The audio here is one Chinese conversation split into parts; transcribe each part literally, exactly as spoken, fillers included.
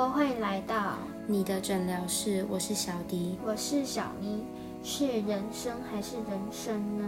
Hello， 欢迎来到你的诊疗室，我是小迪， 我是小咪。是人生还是人生呢？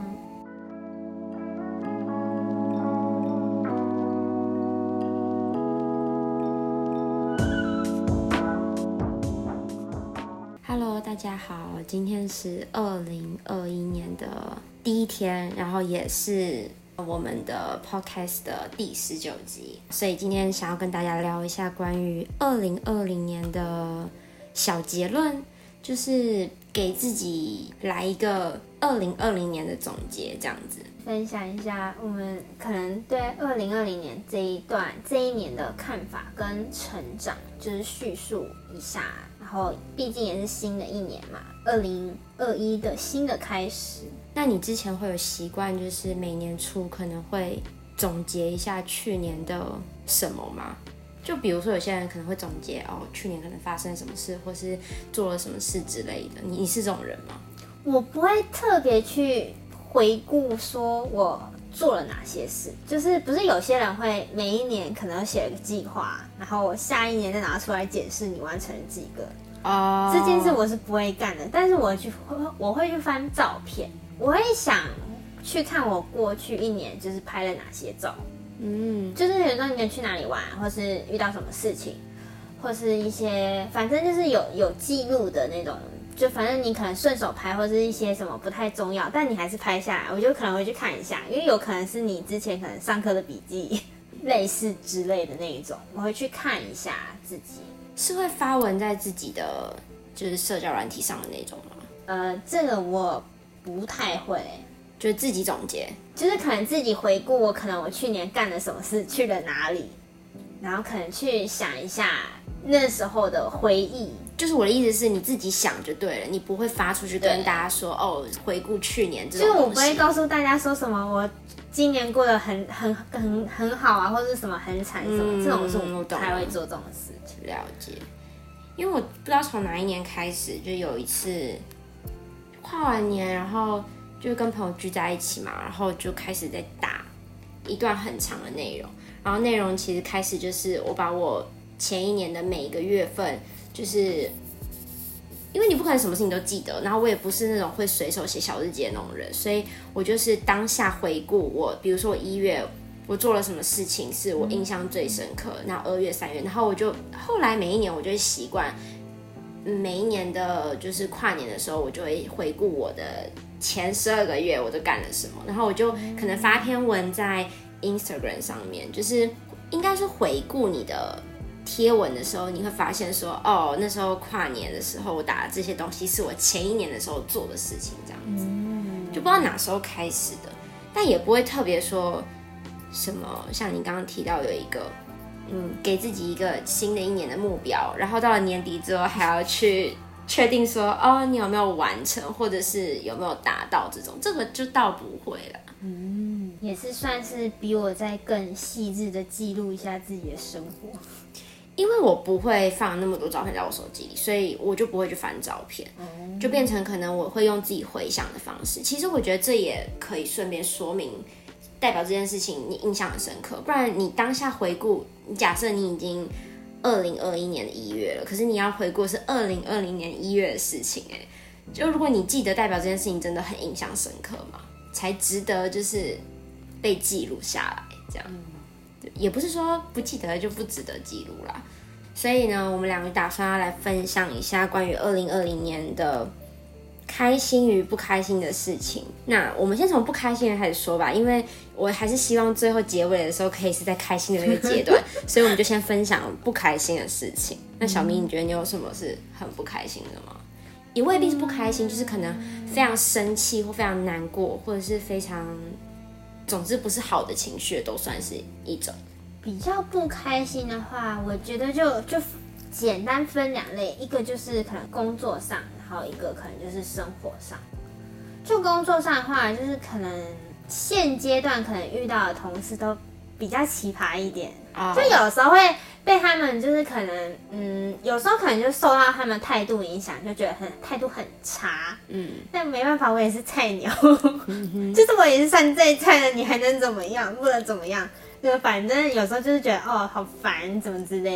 Hello， 大家好，今天是二零二一年的第一天，然后也是我们的 podcast 的第十九集，所以今天想要跟大家聊一下关于二零二零年的小结论，就是给自己来一个二零二零年的总结，这样子分享一下我们可能对二零二零年这一段这一年的看法跟成长，就是叙述一下。然后毕竟也是新的一年嘛，二零二一的新的开始。 那你之前会有习惯，就是每年初可能会总结一下去年的什么吗？就比如说有些人可能会总结哦，去年可能发生什么事，或是做了什么事之类的。你你是这种人吗？ 我不会特别去回顾说我做了哪些事，就是不是有些人会每一年可能写了个计划，然后我下一年再拿出来检视你完成了几个。哦，这件事我是不会干的，但是我去我会去翻照片，我会想去看我过去一年就是拍了哪些照。嗯，就是有时候你去哪里玩，或是遇到什么事情，或是一些反正就是有有记录的那种，就反正你可能顺手拍，或是一些什么不太重要，但你还是拍下来，我就可能会去看一下，因为有可能是你之前可能上课的笔记类似之类的那一种，我会去看一下自己。 是会发文在自己的就是社交软体上的那种吗？ 呃，这个我不太会。 就是自己总结， 就是可能自己回顾我可能我去年干了什么事，去了哪里，然后可能去想一下那时候的回忆。 就是我的意思是你自己想就对了，你不会发出去跟大家说哦，回顾去年这种东西。 就是我不会告诉大家说什么我今年过得很很很很好啊，或者什么很惨什么、嗯、这种是我不太会做这种事情。 了解，因为我不知道从哪一年开始，就有一次跨完年，然后就跟朋友聚在一起嘛，然后就开始在打一段很长的内容，然后内容其实开始就是我把我前一年的每一个月份，就是因为你不可能什么事情都记得，然后我也不是那种会随手写小日记的那种人，所以我就是当下回顾我，比如说我一月我做了什么事情是我印象最深刻，然后二月、三月，然后我就后来每一年我就会习惯，每一年的就是跨年的时候，我就会回顾我的前十二个月我都干了什么，然后我就可能发篇文在 Instagram 上面，就是应该是回顾你的贴文的时候，你会发现说，哦，那时候跨年的时候我打的这些东西是我前一年的时候做的事情，这样子，就不知道哪时候开始的，但也不会特别说什么，像你刚刚提到有一个，嗯，给自己一个新的一年的目标，然后到了年底之后还要去确定说，哦，你有没有完成，或者是有没有达到这种，这个就倒不会了。 嗯，也是算是比我再更细致的记录一下自己的生活。 因为我不会放那么多照片在我手机里，所以我就不会去翻照片，嗯、就变成可能我会用自己回想的方式。其实我觉得这也可以顺便说明，代表这件事情你印象很深刻，不然你当下回顾，假设你已经二零二一年的一月了，可是你要回顾是二零二零年一月的事情，哎，就如果你记得，代表这件事情真的很印象深刻嘛，才值得就是被记录下来，这样。也不是说不记得就不值得记录啦，所以呢，我们两个打算要来分享一下关于二零二零年的开心与不开心的事情。那我们先从不开心的开始说吧，因为我还是希望最后结尾的时候可以是在开心的那个阶段，所以我们就先分享不开心的事情。那小咪，你觉得你有什么是很不开心的吗？也未必是不开心，就是可能非常生气或非常难过，或者是非常，总之不是好的情绪都算是一种。 比较不开心的话，我觉得就就简单分两类，一个就是可能工作上，然后一个可能就是生活上。就工作上的话，就是可能现阶段可能遇到的同事都比较奇葩一点， oh. 就有时候会被他们就是可能嗯，有时候可能就受到他们态度影响，就觉得很态度很差，嗯，但没办法，我也是菜鸟，嗯、就是我也是算最菜的，你还能怎么样？不能怎么样。就反正有时候就是觉得哦好烦怎么之类的，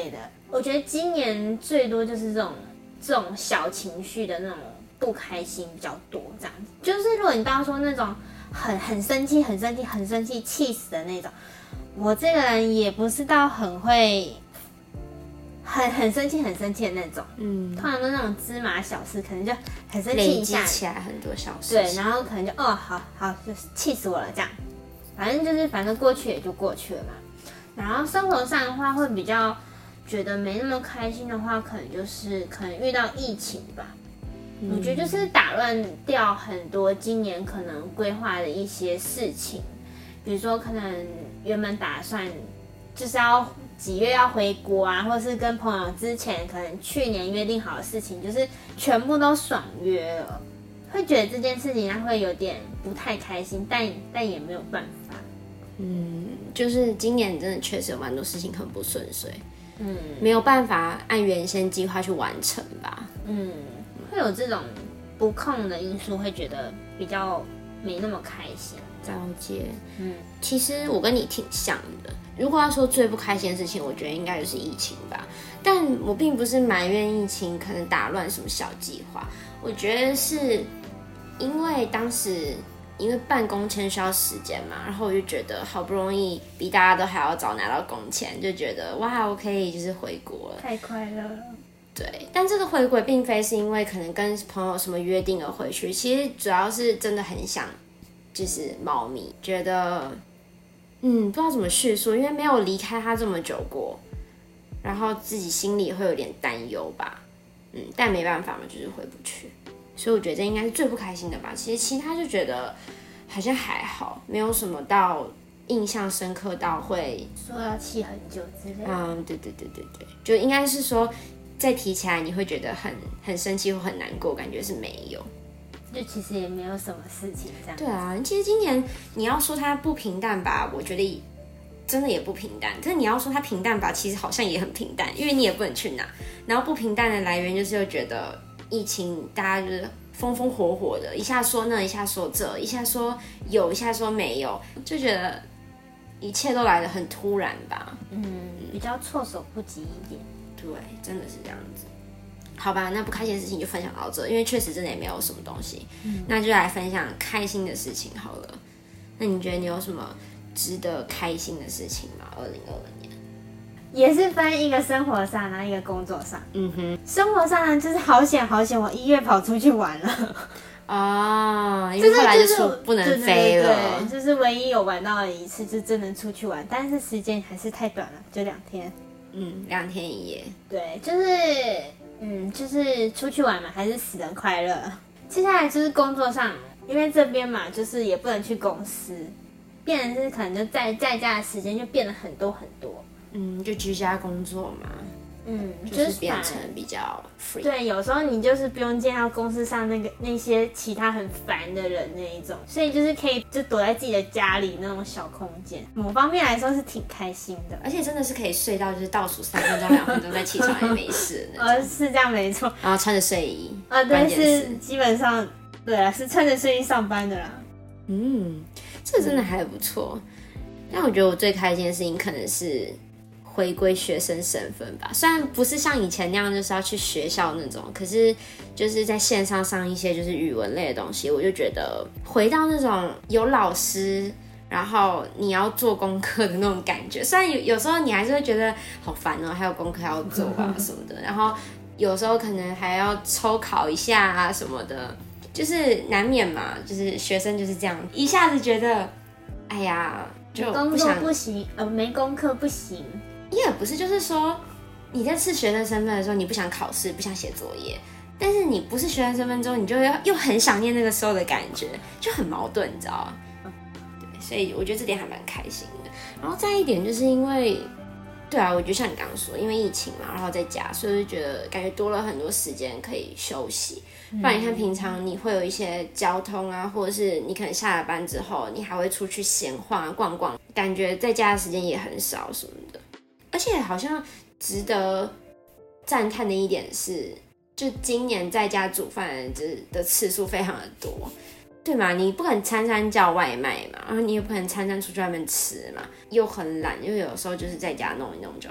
我觉得今年最多就是这种这种小情绪的那种不开心比较多，这样子。就是如果你到说那种很很生气、很生气、很生气、气死的那种，我这个人也不是到很会很很生气、很生气的那种。嗯，通常都那种芝麻小事，可能就很生气一下， 累积起来很多小事。 对，然后可能就哦，好好，就是气死我了这样。反正就是反正过去也就过去了嘛。然后生活上的话，会比较觉得没那么开心的话，可能就是可能遇到疫情吧。嗯、我觉得就是打乱掉很多今年可能规划的一些事情，比如说可能原本打算就是要几月要回国啊，或是跟朋友之前可能去年约定好的事情，就是全部都爽约了，会觉得这件事情它会有点不太开心，但但也没有办法。 嗯，就是今年真的确实有蛮多事情很不顺遂，嗯，没有办法按原先计划去完成吧， 嗯，会有这种不控的因素，会觉得比较没那么开心。 了解，嗯，其实我跟你挺像的。如果要说最不开心的事情，我觉得应该就是疫情吧。但我并不是埋怨疫情可能打乱什么小计划，我觉得是因为当时。因为办工签需要时间嘛，然后我就觉得好不容易比大家都还要早拿到工签，就觉得哇，我可以就是回国了， 太快乐了。 对，但这个回国并非是因为可能跟朋友什么约定而回去，其实主要是真的很想就是猫咪，觉得嗯不知道怎么叙述，因为没有离开他这么久过，然后自己心里会有点担忧吧，嗯，但没办法嘛，就是回不去。所以我觉得这应该是最不开心的吧。其实其他就觉得好像还好，没有什么到印象深刻到会说要气很久之类的。 嗯，对对对对对，就应该是说再提起来你会觉得很很生气或很难过，感觉是没有。 就其实也没有什么事情这样。 对啊，其实今年你要说它不平淡吧，我觉得真的也不平淡。但是你要说它平淡吧，其实好像也很平淡，因为你也不能去哪。然后不平淡的来源就是又觉得。疫情大家就是风风火火的，一下说那，一下说这，一下说有，一下说没有，就觉得一切都来得很突然吧。 嗯，比较措手不及一点。 对，真的是这样子。好吧，那不开心的事情就分享到这，因为确实真的也没有什么东西。嗯，那就来分享开心的事情好了。那你觉得你有什么值得开心的事情吗？二零二二年。 也是分一个生活上，然后一个工作上。嗯哼，生活上呢，就是好险好险，我一月跑出去玩了。 哦，因为后来就出不能飞了。 对对对，就是唯一有玩到的一次，就真的出去玩，但是时间还是太短了，就两天。 嗯，两天一夜。 对，就是嗯，就是出去玩嘛，还是死得快乐。接下来就是工作上，因为这边嘛，就是也不能去公司，变成是可能就在在家的时间就变了很多很多。 嗯，就居家工作嘛， 嗯， 就是变成比较 free。 对，有时候你就是不用见到公司上那个那些其他很烦的人那一种，所以就是可以就躲在自己的家里那种小空间，某方面来说是挺开心的， 而且真的是可以睡到就是倒数三分钟、两分钟再起床也没事的那种。 呃，是这样没错。 然后穿着睡衣。 啊、呃，对，是基本上对啊，是穿着睡衣上班的啦。 嗯，这真的还不错。但我觉得我最开心的事情可能是。回归学生身份吧，虽然不是像以前那样就是要去学校那种，可是就是在线上上一些就是语文类的东西，我就觉得回到那种有老师，然后你要做功课的那种感觉。虽然有有时候你还是会觉得好烦哦，还有功课要做啊什么的，然后有时候可能还要抽考一下啊什么的，就是难免嘛，就是学生就是这样，一下子觉得，哎呀，就工作不行，呃，没功课不行。 也不是，就是说你在是学生身份的时候，你不想考试，不想写作业，但是你不是学生身份之后，你就又很想念那个时候的感觉，就很矛盾，你知道吗？对，所以我觉得这点还蛮开心的。然后再一点，就是因为，对啊，我觉得像你刚刚说，因为疫情嘛，然后在家，所以就觉得感觉多了很多时间可以休息。不然你看平常你会有一些交通啊，或者是你可能下了班之后，你还会出去闲晃啊、逛逛，感觉在家的时间也很少什么的。而且好像值得赞叹的一点是，就今年在家煮饭的次数非常的多，对嘛？你不可能餐餐叫外卖嘛，然后你也不可能餐餐出去外面吃嘛，又很懒，因为有时候就是在家弄一弄就好。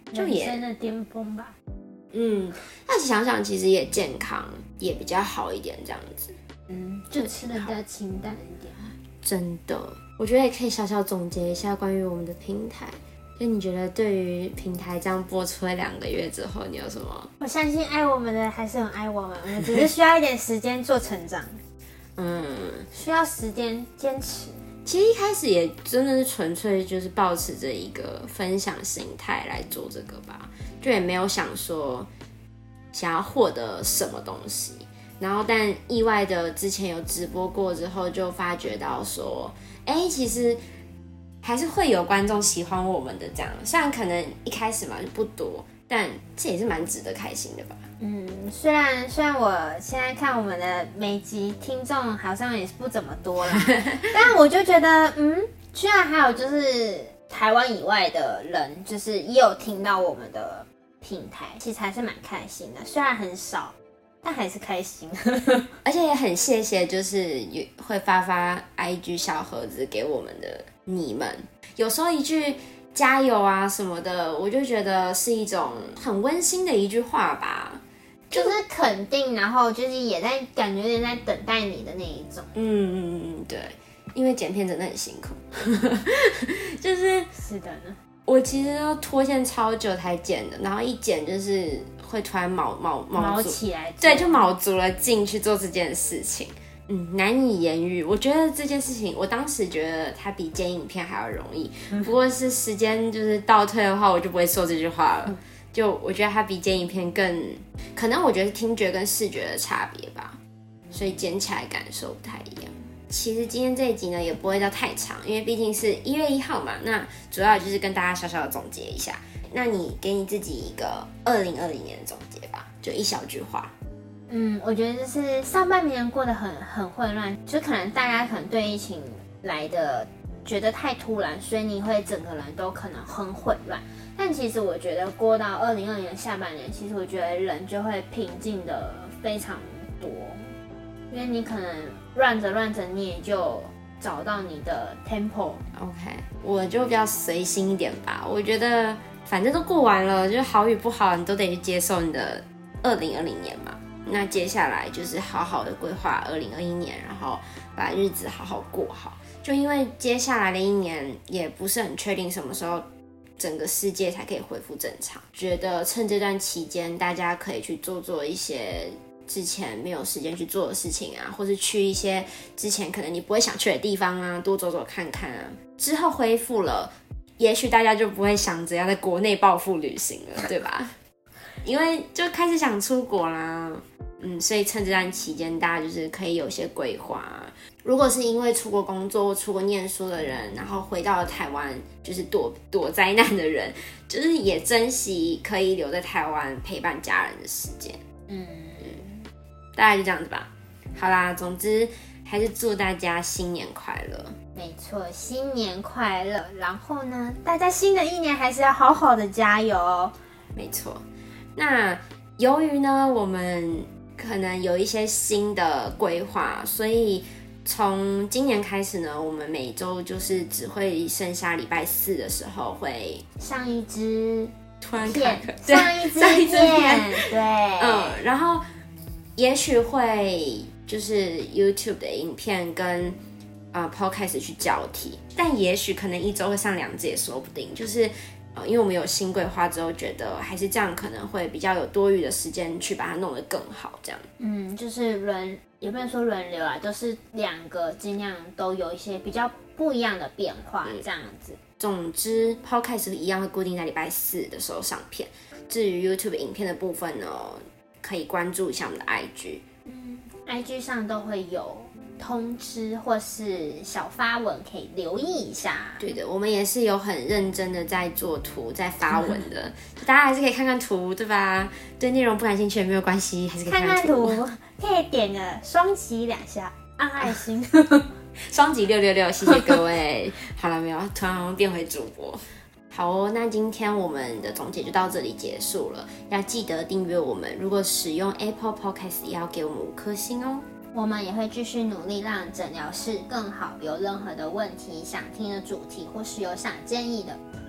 就也人生的巅峰吧。 嗯，但是想想其实也健康，也比较好一点这样子。 嗯，就吃的比较清淡一点。 真的，我觉得也可以小小总结一下关于我们的平台。就你觉得对于平台这样播出了两个月之后，你有什么？ 我相信爱我们的还是很爱我们，我们只是需要一点时间做成长。嗯，需要时间坚持。 其实一开始也真的是纯粹就是抱持着一个分享心态来做这个吧，就也没有想说想要获得什么东西。然后但意外的之前有直播过之后，就发觉到说，哎、欸，其实还是会有观众喜欢我们的这样。虽然可能一开始嘛就不多，但这也是蛮值得开心的吧。 嗯，虽然虽然我现在看我们的每集听众好像也是不怎么多啦，但我就觉得，嗯，居然还有就是台湾以外的人，就是也有听到我们的平台，其实还是蛮开心的。虽然很少，但还是开心。 而且也很谢谢，就是会发发 I G 小盒子给我们的你们，有时候一句加油啊什么的，我就觉得是一种很温馨的一句话吧。 就是肯定，然后就是也在感觉有点在等待你的那一种。 嗯嗯嗯，对，因为剪片真的很辛苦，就是是的呢。 我其实都拖线超久才剪的，然后一剪就是会突然毛毛毛起来， 对，就卯足了劲去做这件事情。嗯，难以言喻。我觉得这件事情，我当时觉得它比剪影片还要容易，不过是时间就是倒退的话，我就不会说这句话了。就我觉得它比剪影片更，可能我觉得是听觉跟视觉的差别吧，所以剪起来感受不太一样。其实今天这一集呢也不会到太长，因为毕竟是一月一号嘛，那主要就是跟大家小小的总结一下。那你给你自己一个二零二零年的总结吧，就一小句话。 嗯，我觉得就是上半年过得很很混乱，就可能大家可能对疫情来的觉得太突然，所以你会整个人都可能很混乱。但其实我觉得过到二零二零年下半年，其实我觉得人就会平静的非常多，因为你可能乱着乱着，你也就找到你的 tempo。OK， 我就比较随心一点吧。我觉得反正都过完了，就好与不好，你都得去接受你的二零二零年嘛。那接下来就是好好的规划二零二一年，然后把日子好好过好。就因为接下来的一年也不是很确定什么时候整个世界才可以恢复正常，觉得趁这段期间，大家可以去做做一些之前没有时间去做的事情啊，或是去一些之前可能你不会想去的地方啊，多走走看看啊。之后恢复了，也许大家就不会想着要在国内报复旅行了，对吧？因为就开始想出国啦。嗯，所以趁这段期间，大家就是可以有些规划。如果是因为出国工作或出国念书的人，然后回到了台湾，就是躲躲灾难的人，就是也珍惜可以留在台湾陪伴家人的时间。嗯嗯，大概就这样子吧。好啦，总之还是祝大家新年快乐。 没错，新年快乐。然后呢，大家新的一年还是要好好的加油哦。 没错。那由于呢，我们可能有一些新的规划，所以从今年开始呢，我们每周就是只会剩下礼拜四的时候会上一支突然片， 上一支片，对， 嗯，然后也许会就是 YouTube 的影片跟呃 Podcast 去交替，但也许可能一周会上两支也说不定，就是呃，因为我们有新规划之后，觉得还是这样可能会比较有多余的时间去把它弄得更好，这样。 嗯，就是轮，也不能说轮流啊，都是两个尽量都有一些比较不一样的变化，这样子。嗯、 总之 ，Podcast 一样会固定在礼拜四的时候上片。至于 YouTube 影片的部分呢，可以关注一下我们的 I G， 嗯 ，I G 上都会有通知或是小发文，可以留意一下。 对的，我们也是有很认真的在做图、在发文的，大家还是可以看看图，对吧？对内容不感兴趣也没有关系，还是可以看看图。 看看图，可以点个双击两下，按爱心， 双击六六六，谢谢各位。好了没有？突然好像变回主播。好哦，那今天我们的总结就到这里结束了。要记得订阅我们，如果使用 Apple Podcast 也要给我们五颗星哦。 我们也会继续努力让诊疗室更好。有任何的问题、想听的主题，或是有想建议的，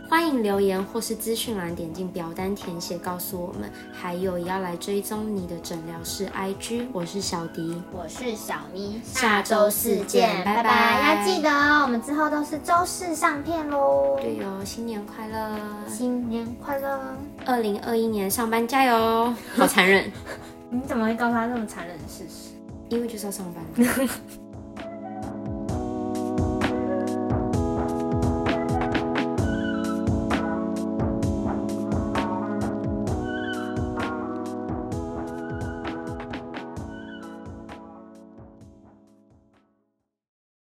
欢迎留言或是资讯栏点进表单填写告诉我们，还有也要来追踪你的诊疗室 I G。 我是小迪， 我是小咪， 下周四见，拜拜。 要记得哦，我们之后都是周四上片咯。 对哦，新年快乐， 新年快乐， 二零二一年上班加油。好残忍。 你怎么会告诉他这么残忍的事实？ 因为就是要上班。